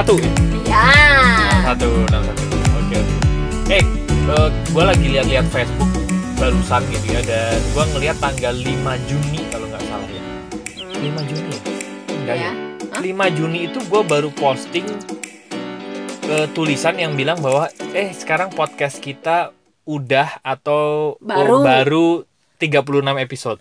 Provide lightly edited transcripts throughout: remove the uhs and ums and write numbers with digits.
61 Ya. 61. Oke. Gue lagi lihat-lihat Facebook barusan gitu ya, dan gue ngelihat tanggal 5 Juni kalau nggak salah ya. 5 Juni ya? Enggak ya? 5 Juni itu gue baru posting tulisan yang bilang bahwa sekarang podcast kita udah atau baru 36 episode.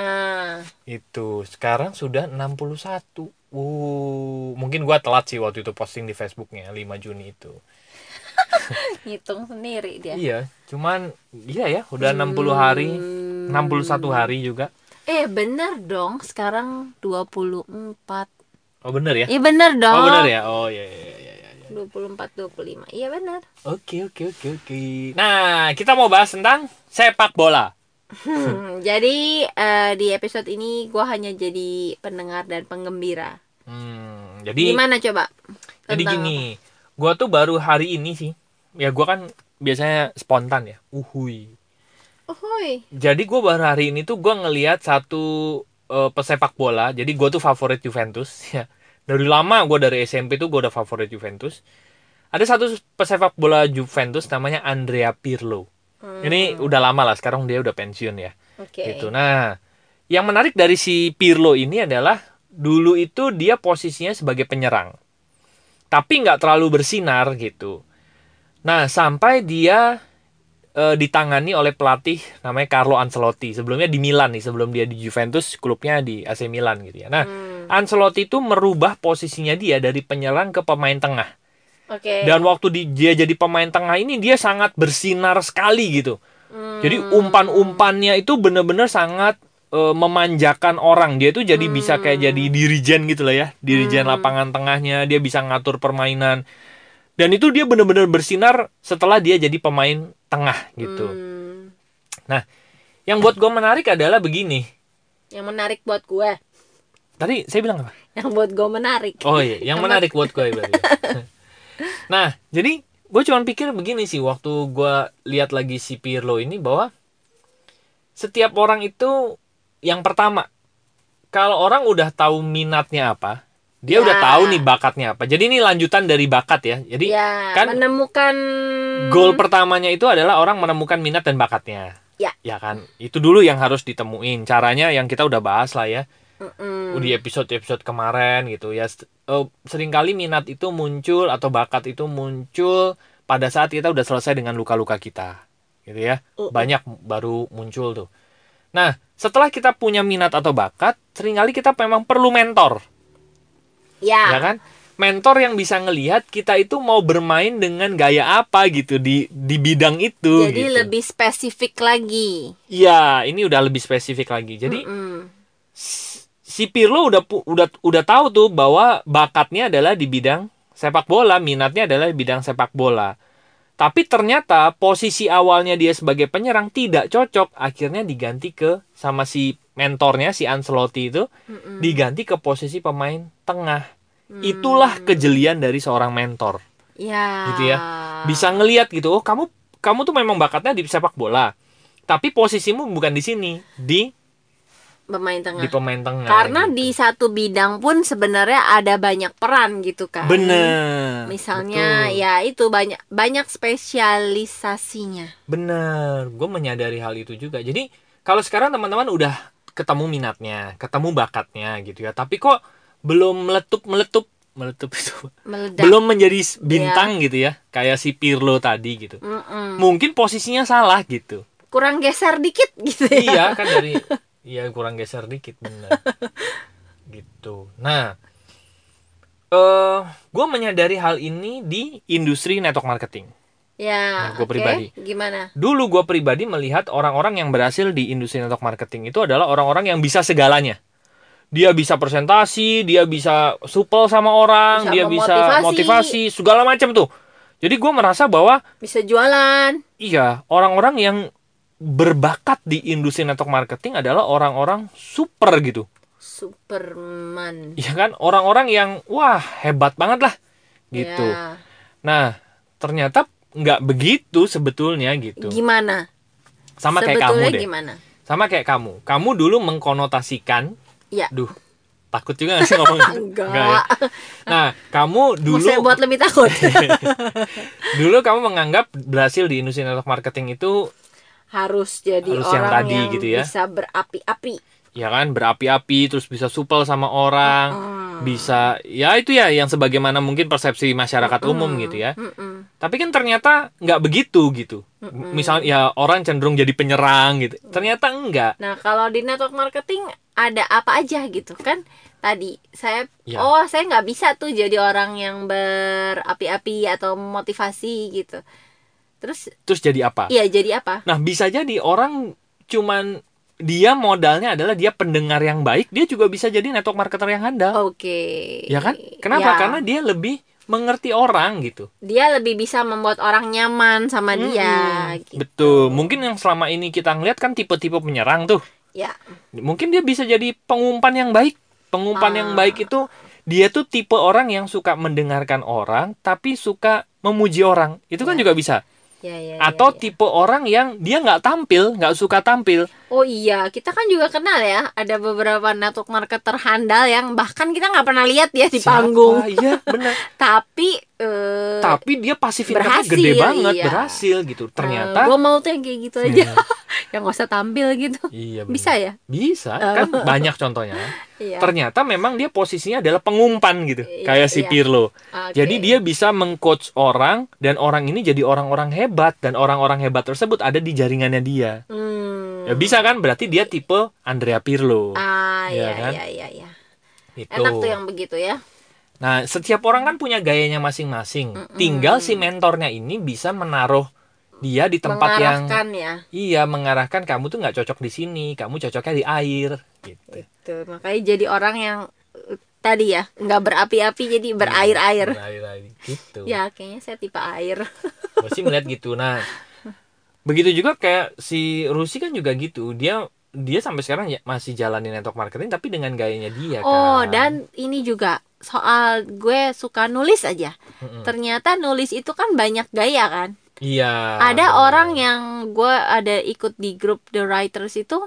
Itu sekarang sudah 61. Mungkin gue telat sih waktu itu posting di Facebooknya 5 Juni itu. Ngitung sendiri dia. Iya, cuman iya ya, udah 60 hari, 61 hari juga. Bener dong, sekarang 24. Oh bener ya? Iya bener dong. Oh bener ya? Oh iya. 24, 25. Iya bener. Oke. Nah, kita mau bahas tentang sepak bola. Jadi di episode ini gue hanya jadi pendengar dan penggembira. Jadi gimana coba? Jadi gini, gue tuh baru hari ini sih. Ya gue kan biasanya spontan ya. Uhuy. Jadi gue baru hari ini tuh gue ngelihat satu pesepak bola. Jadi gue tuh favorit Juventus ya. Dari lama gue dari SMP tuh gue udah favorit Juventus. Ada satu pesepak bola Juventus namanya Andrea Pirlo. Ini udah lama lah, sekarang dia udah pensiun ya. Gitu. Nah, yang menarik dari si Pirlo ini adalah dulu itu dia posisinya sebagai penyerang, tapi nggak terlalu bersinar gitu. Nah, sampai dia ditangani oleh pelatih namanya Carlo Ancelotti. Sebelumnya di Milan nih, sebelum dia di Juventus, klubnya di AC Milan gitu ya. Nah, Ancelotti itu merubah posisinya dia dari penyerang ke pemain tengah. Dan waktu dia jadi pemain tengah ini dia sangat bersinar sekali gitu. Jadi umpan-umpannya itu benar-benar sangat memanjakan orang. Dia itu jadi bisa kayak jadi dirijen gitu lah ya. Dirijen lapangan tengahnya, dia bisa ngatur permainan. Dan itu dia benar-benar bersinar setelah dia jadi pemain tengah gitu. Nah, yang buat gue menarik adalah begini. Yang menarik buat gue. Tadi saya bilang apa? Yang buat gue menarik. Oh iya, yang menarik buat gue berarti. Nah, jadi gue cuma pikir begini sih waktu gue lihat lagi si Pirlo ini, bahwa setiap orang itu yang pertama, kalau orang udah tahu minatnya apa, dia udah tahu nih bakatnya apa. Jadi ini lanjutan dari bakat ya. Jadi kan menemukan goal pertamanya itu adalah orang menemukan minat dan bakatnya. Ya kan? Itu dulu yang harus ditemuin. Caranya yang kita udah bahas lah ya. Di episode-episode kemarin gitu ya. Seringkali minat itu muncul atau bakat itu muncul pada saat kita udah selesai dengan luka-luka kita. Gitu ya. Banyak baru muncul tuh. Nah, setelah kita punya minat atau bakat, seringkali kita memang perlu mentor. Ya kan? Mentor yang bisa ngelihat kita itu mau bermain dengan gaya apa gitu di bidang itu. Jadi gitu. Lebih spesifik lagi. Iya, ini udah lebih spesifik lagi. Jadi si Pirlo udah tahu tuh bahwa bakatnya adalah di bidang sepak bola, minatnya adalah di bidang sepak bola. Tapi ternyata posisi awalnya dia sebagai penyerang tidak cocok, akhirnya diganti sama si mentornya si Ancelotti itu, diganti ke posisi pemain tengah. Itulah kejelian dari seorang mentor. Gitu ya. Bisa ngelihat gitu, oh kamu tuh memang bakatnya di sepak bola. Tapi posisimu bukan di sini, di pemain tengah. Di pemain tengah. Karena gitu. Di satu bidang pun sebenarnya ada banyak peran gitu kan. Bener. Misalnya betul. Ya itu banyak spesialisasinya. Bener. Gue menyadari hal itu juga. Jadi kalau sekarang teman-teman udah ketemu minatnya, ketemu bakatnya gitu ya. Tapi kok belum meletup itu Meledak. belum menjadi bintang gitu ya, kayak si Pirlo tadi gitu. Mungkin posisinya salah gitu, kurang geser dikit gitu ya. Iya kan kurang geser dikit, bener. Gitu. Nah, gue menyadari hal ini di industri network marketing. Ya, gue pribadi. Gimana? Dulu gue pribadi melihat orang-orang yang berhasil di industri network marketing itu adalah orang-orang yang bisa segalanya. Dia bisa presentasi, dia bisa supel sama orang, dia bisa motivasi, segala macam tuh. Jadi gue merasa bahwa bisa jualan. Iya, orang-orang yang berbakat di industri network marketing adalah orang-orang super gitu. Superman. Iya kan, orang-orang yang wah hebat banget lah gitu. Ya. Nah, ternyata nggak begitu sebetulnya gitu. Gimana? Sama kayak kamu deh. Gimana? Sama kayak kamu. Kamu dulu mengkonotasikan, ya. Duh, Takut juga gak sih ngomong gitu? Enggak ya? Nah, kamu dulu saya buat lebih takut. dulu kamu menganggap berhasil di industri network marketing itu harus jadi harus orang yang tadi yang gitu ya. bisa berapi-api. Ya kan, berapi-api, terus bisa supel sama orang, bisa, ya itu ya yang sebagaimana mungkin persepsi masyarakat umum gitu ya. Tapi kan ternyata nggak begitu gitu. Misalnya ya orang cenderung jadi penyerang gitu. Ternyata enggak. Nah, kalau di network marketing ada apa aja gitu kan? Tadi saya saya nggak bisa tuh jadi orang yang berapi-api atau motivasi gitu. Terus jadi apa? Iya, jadi apa? Nah, bisa jadi orang cuman dia modalnya adalah dia pendengar yang baik, dia juga bisa jadi network marketer yang handal. Oke. Ya kan? Kenapa? Ya. Karena dia lebih mengerti orang gitu. Dia lebih bisa membuat orang nyaman sama dia gitu. Betul. Mungkin yang selama ini kita ngeliat kan tipe-tipe penyerang tuh. Ya. Mungkin dia bisa jadi pengumpan yang baik. Pengumpan yang baik itu dia tuh tipe orang yang suka mendengarkan orang tapi suka memuji orang. Itu kan juga bisa. Atau tipe orang yang dia nggak tampil, nggak suka tampil. Oh iya, kita kan juga kenal ya. Ada beberapa network marketer handal yang bahkan kita nggak pernah lihat dia di panggung. Iya, benar. Tapi dia passive income-nya gede banget, berhasil gitu. Ternyata gue mau tuh yang kayak gitu aja. Yang nggak usah tampil gitu. Iya, bener. Bisa ya? Bisa, kan banyak contohnya. Iya. Ternyata memang dia posisinya adalah pengumpan gitu, kayak si Pirlo. Jadi dia bisa mengcoach orang dan orang ini jadi orang-orang hebat dan orang-orang hebat tersebut ada di jaringannya dia. Ya bisa kan? Berarti dia tipe Andrea Pirlo. Iya kan? Iya. Itu. Enak tuh yang begitu ya. Nah, setiap orang kan punya gayanya masing-masing. Tinggal si mentornya ini bisa menaruh dia di tempat yang mengarahkan kamu tuh nggak cocok di sini, kamu cocoknya di air gitu. Itu makanya jadi orang yang tadi ya nggak berapi-api jadi berair-air. Gitu. Ya kayaknya saya tipe air. Gue sih melihat gitu. Nah, begitu juga kayak si Rusi kan juga gitu. Dia sampai sekarang masih jalanin network marketing tapi dengan gayanya dia kan. Oh, dan ini juga soal gue suka nulis aja. Ternyata nulis itu kan banyak gaya kan. Iya. Ada orang yang gue ada ikut di grup The Writers itu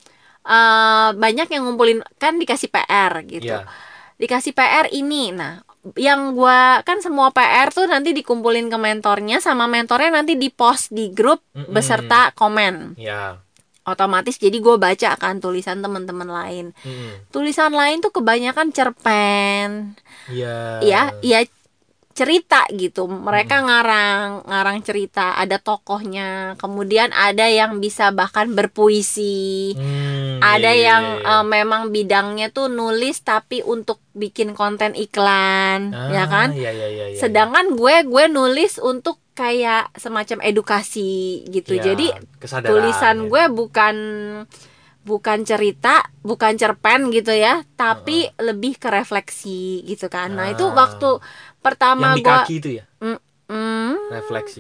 banyak yang ngumpulin kan dikasih PR gitu. Dikasih PR ini. Nah, yang gue kan semua PR tuh nanti dikumpulin ke mentornya sama mentornya nanti di-post di grup beserta komen. Otomatis jadi gue baca kan tulisan teman-teman lain. Tulisan lain tuh kebanyakan cerpen. Ya cerita gitu. Mereka ngarang cerita, ada tokohnya. Kemudian ada yang bisa bahkan berpuisi. Ada yang memang bidangnya tuh nulis tapi untuk bikin konten iklan, ya kan? Sedangkan gue nulis untuk kayak semacam edukasi gitu. Jadi tulisan gue bukan cerita, bukan cerpen gitu ya, tapi lebih ke refleksi gitu kan. Nah, itu waktu pertama yang di kaki itu ya? Refleksi.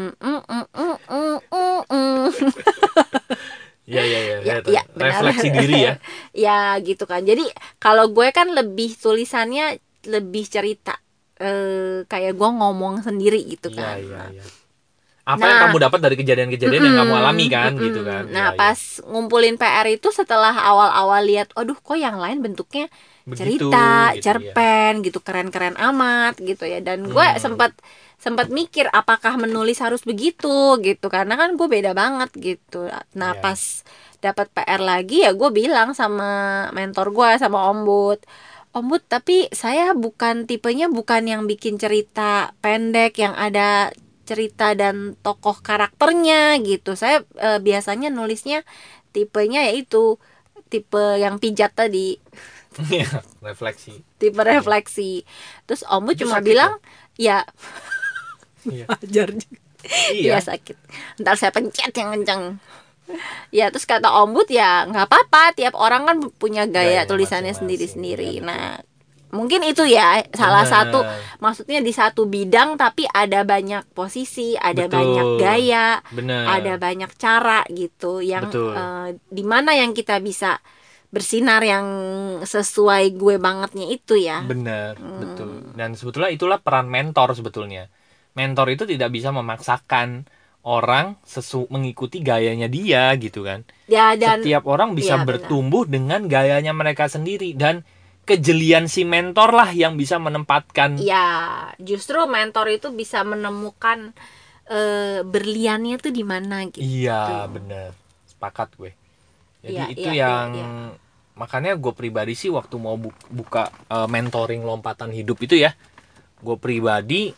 Ya, refleksi diri ya. Ya gitu kan. Jadi kalau gue kan lebih tulisannya lebih cerita, kayak gue ngomong sendiri gitu kan. Apa yang kamu dapat dari kejadian-kejadian yang kamu alami kan gitu kan. Nah, pas ngumpulin PR itu setelah awal-awal lihat, aduh kok yang lain bentuknya begitu, cerita, gitu, cerpen gitu, keren-keren amat gitu ya. Dan gue sempat mikir apakah menulis harus begitu gitu, karena kan gue beda banget gitu. Nah, pas dapat PR lagi ya gue bilang sama mentor gue, sama Om Bud, tapi saya tipenya bukan yang bikin cerita pendek yang ada cerita dan tokoh karakternya gitu. Saya biasanya nulisnya tipenya yaitu tipe yang pijat tadi. Refleksi. Tipe refleksi. Terus Om Bud cuma bilang ya wajar juga. Iya sakit. Ntar saya pencet yang kenceng. Ya terus kata Om Bud ya nggak apa-apa, tiap orang kan punya gaya tulisannya sendiri-sendiri. Nah mungkin itu ya salah satu, maksudnya di satu bidang tapi ada banyak posisi, ada banyak gaya, ada banyak cara gitu yang dimana yang kita bisa bersinar yang sesuai gue bangetnya itu ya. Benar, betul. Dan sebetulnya itulah peran mentor sebetulnya. Mentor itu tidak bisa memaksakan orang mengikuti gayanya dia gitu kan. Ya, dan setiap orang bisa bertumbuh dengan gayanya mereka sendiri, dan kejelian si mentor lah yang bisa menempatkan. Ya, justru mentor itu bisa menemukan berliannya tuh di mana gitu. Iya, bener. Sepakat gue. Jadi itu yang makanya gue pribadi sih waktu mau buka mentoring lompatan hidup itu ya, gue pribadi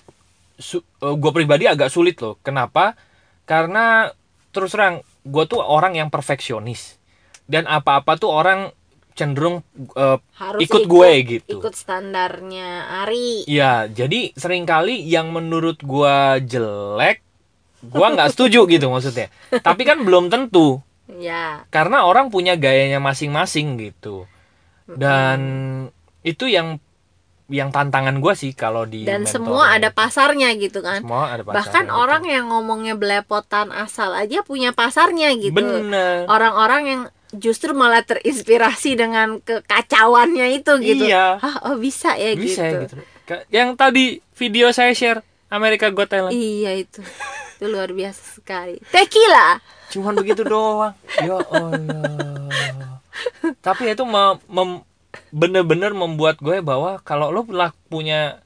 agak sulit loh. Kenapa? Karena terus terang gue tuh orang yang perfeksionis dan apa-apa tuh orang cenderung ikut gue gitu. Ikut standarnya Ari. Ya, jadi seringkali yang menurut gue jelek, gue nggak setuju gitu maksudnya. Tapi kan belum tentu. Ya. Karena orang punya gayanya masing-masing gitu. Dan itu yang tantangan gue sih kalau di dan semua ada pasarnya gitu kan. Semua ada pasarnya. Bahkan orang yang ngomongnya belepotan asal aja punya pasarnya gitu. Bener. Orang-orang yang justru malah terinspirasi dengan kekacauannya itu gitu. Iya. Oh bisa ya bisa gitu. Yang tadi video saya share America Got Talent. Iya itu luar biasa sekali. Tequila. Cuman begitu doang. Ya Allah. Tapi itu bener-bener membuat gue bahwa kalau lo punya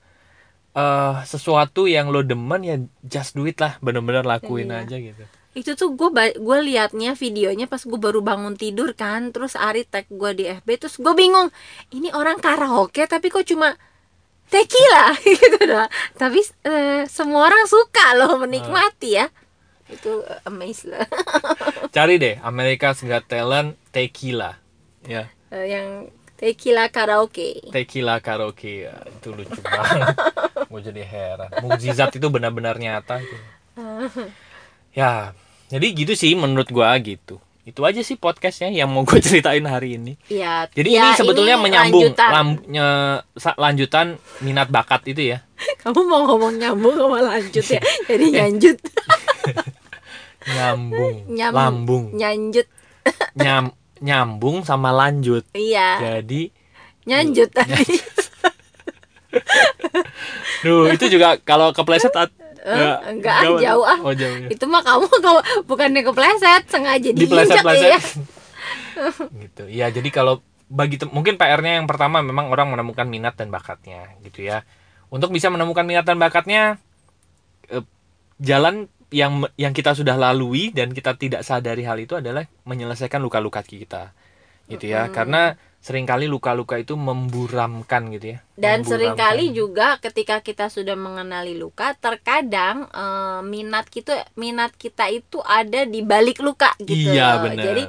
sesuatu yang lo demen ya just do it lah, bener-bener lakuin aja gitu. Itu tuh gue liatnya videonya pas gue baru bangun tidur kan, terus Ari tag gue di FB, terus gue bingung ini orang karaoke tapi kok cuma tequila gitu dah. Tapi semua orang suka loh menikmati ya. Itu amazed lah. Cari deh America's Got Talent tequila ya. Yang tequila karaoke ya, itu lucu banget. Gue jadi heran, mukjizat itu benar-benar nyata gitu. Ya, jadi gitu sih menurut gue gitu. Itu aja sih podcastnya yang mau gue ceritain hari ini. Ya, jadi ini sebetulnya menyambung lanjutan minat bakat itu ya. Kamu mau ngomong nyambung sama lanjut ya? Jadi nyanjut. Lambung. Nyanjut. Nyambung sama lanjut. Iya. Jadi nyanjut tadi. Duh, itu juga kalau kepleset enggak jauh ah. Oh, jauh, ya. Itu mah kamu bukannya kepleset, sengaja diinjak ya. Gitu. Ya, jadi kalau mungkin PR-nya yang pertama memang orang menemukan minat dan bakatnya gitu ya. Untuk bisa menemukan minat dan bakatnya, jalan yang kita sudah lalui dan kita tidak sadari hal itu adalah menyelesaikan luka-luka kita. Gitu ya. Karena seringkali luka-luka itu memburamkan gitu ya. Dan seringkali juga ketika kita sudah mengenali luka, terkadang minat kita itu ada di balik luka gitu. Iya, benar. Jadi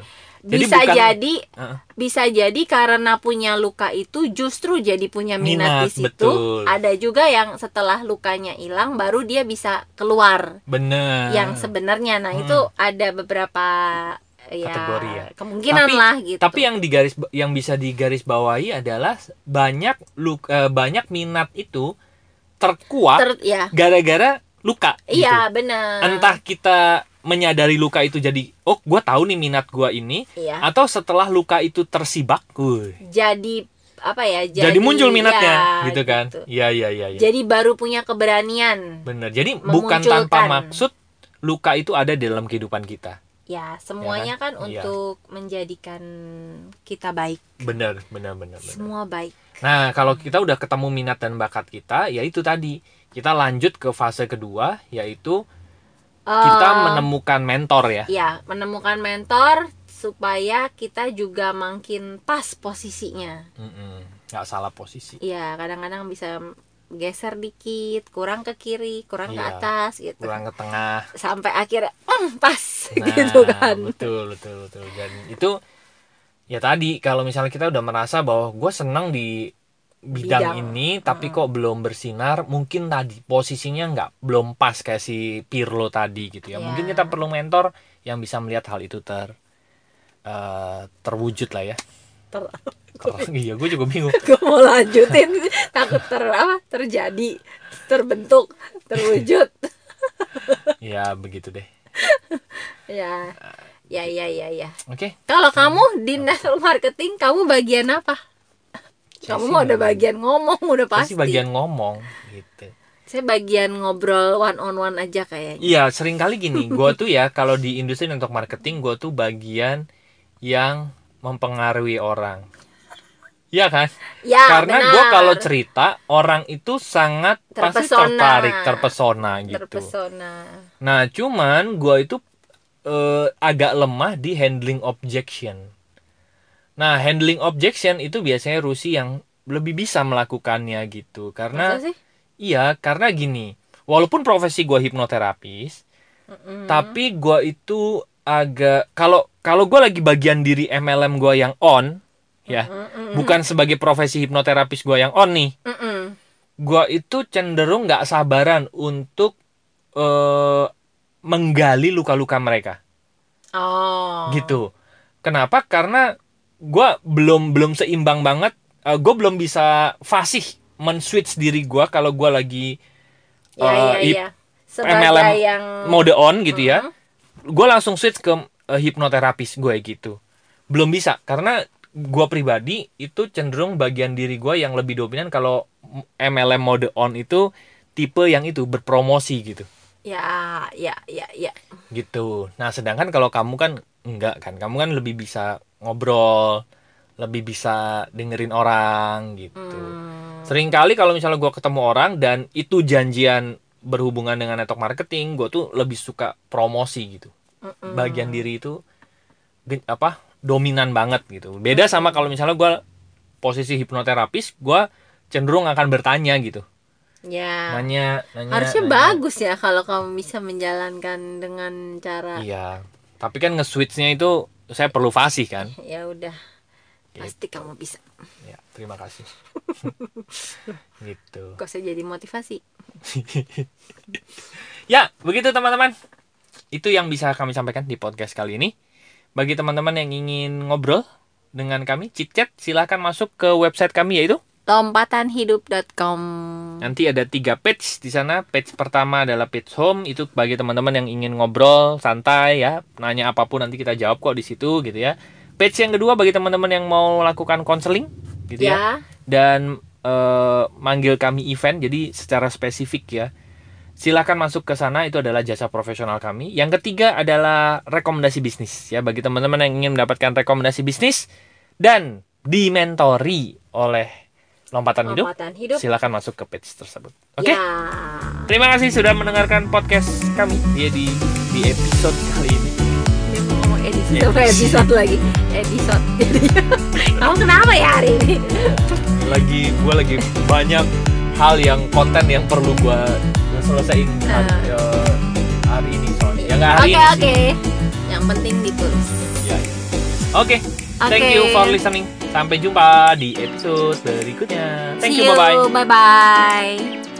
bisa jadi karena punya luka itu justru jadi punya minat di situ. Betul. Ada juga yang setelah lukanya hilang baru dia bisa keluar. Benar. Yang sebenarnya itu ada beberapa kategori ya. Kemungkinan lah gitu. Tapi yang bisa digaris bawahi adalah banyak minat itu terkuat gara-gara luka. Iya, gitu. benar. Entah kita menyadari luka itu jadi gue tahu nih minat gue ini, atau setelah luka itu tersibak, jadi apa ya? Jadi muncul minatnya, gitu kan? Iya. Jadi baru punya keberanian. Benar. Jadi bukan tanpa maksud luka itu ada dalam kehidupan kita. Ya, semuanya kan untuk menjadikan kita baik. Benar. Semua baik. Nah, kalau kita udah ketemu minat dan bakat kita, ya itu tadi. Kita lanjut ke fase kedua, yaitu kita menemukan mentor ya. Ya, menemukan mentor supaya kita juga makin pas posisinya. Nggak salah posisi. Iya, kadang-kadang bisa geser dikit, kurang ke kiri, kurang ke atas gitu. Kurang ke tengah. Sampai akhirnya pas gitu kan. Betul. Dan itu ya tadi kalau misalnya kita udah merasa bahwa gue senang di bidang ini tapi kok belum bersinar, mungkin tadi posisinya belum pas kayak si Pirlo tadi gitu ya. Mungkin kita perlu mentor yang bisa melihat hal itu terwujud lah ya. Iya, gue juga bingung. Gue mau lanjutin takut terjadi, terbentuk, terwujud. Ya begitu deh. Ya. Oke. Kalau kamu di network marketing, kamu bagian apa? Kamu mau udah bagian ngomong, udah pasti. Saya bagian ngomong gitu. Saya bagian ngobrol one on one aja kayaknya. Iya, sering kali gini. Gue tuh ya kalau di industri network marketing, gue tuh bagian yang mempengaruhi orang. Iya kan? Ya, karena benar. gue kalau cerita orang itu sangat pasti terpesona gitu. Nah cuman gue itu agak lemah di handling objection. Nah handling objection itu biasanya Rusi yang lebih bisa melakukannya gitu. Karena masa sih? Iya, karena gini, walaupun profesi gue hipnoterapis, tapi gue itu agak kalau gue lagi bagian diri MLM gue yang on, ya, bukan sebagai profesi hipnoterapis gue yang on nih, gue itu cenderung nggak sabaran untuk menggali luka-luka mereka. Gitu. Kenapa? Karena gue belum seimbang banget, gue belum bisa fasih men-switch diri gue kalau gue lagi MLM yang mode on gitu ya, gue langsung switch ke hipnoterapis gue gitu. Belum bisa karena gue pribadi itu cenderung bagian diri gue yang lebih dominan kalau MLM mode on itu tipe yang itu berpromosi gitu. Ya. Gitu. Nah sedangkan kalau kamu kan enggak kan, kamu kan lebih bisa ngobrol, lebih bisa dengerin orang gitu. Seringkali kalau misalnya gue ketemu orang dan itu janjian berhubungan dengan network marketing, gue tuh lebih suka promosi gitu. Bagian diri itu dominan banget gitu. Beda sama kalau misalnya gue posisi hipnoterapis, gue cenderung akan bertanya gitu. Ya. Nanya. Harusnya bagus ya kalau kamu bisa menjalankan dengan cara. Iya. Tapi kan nge-switch-nya itu saya perlu fasih kan. Ya udah. Pasti kamu bisa. Ya, terima kasih. Gitu. Kok saya jadi motivasi. Ya, begitu teman-teman. Itu yang bisa kami sampaikan di podcast kali ini. Bagi teman-teman yang ingin ngobrol dengan kami, chit-chat, silahkan masuk ke website kami yaitu lompatanhidup.com. Nanti ada 3 page di sana. Page pertama adalah page home, itu bagi teman-teman yang ingin ngobrol santai ya, nanya apapun nanti kita jawab kok di situ gitu ya. Page yang kedua bagi teman-teman yang mau melakukan konseling gitu ya. Dan manggil kami event, jadi secara spesifik ya. Silahkan masuk ke sana, itu adalah jasa profesional kami. Yang ketiga adalah rekomendasi bisnis ya, bagi teman-teman yang ingin mendapatkan rekomendasi bisnis dan dimentori oleh Lompatan Hidup, silakan masuk ke page tersebut. Oke? Terima kasih sudah mendengarkan podcast kami di episode kali ini. Dia mau ngomong episode lagi. Episode. Kamu kenapa ya hari ini? Gue lagi banyak hal yang konten yang perlu gue selesaiin hari ini soalnya. Ya nggak hari ini. Oke. Yang penting ditulis. Ya. Oke. Thank you for listening. Sampai jumpa di episode berikutnya. Thank you, bye-bye. Bye-bye.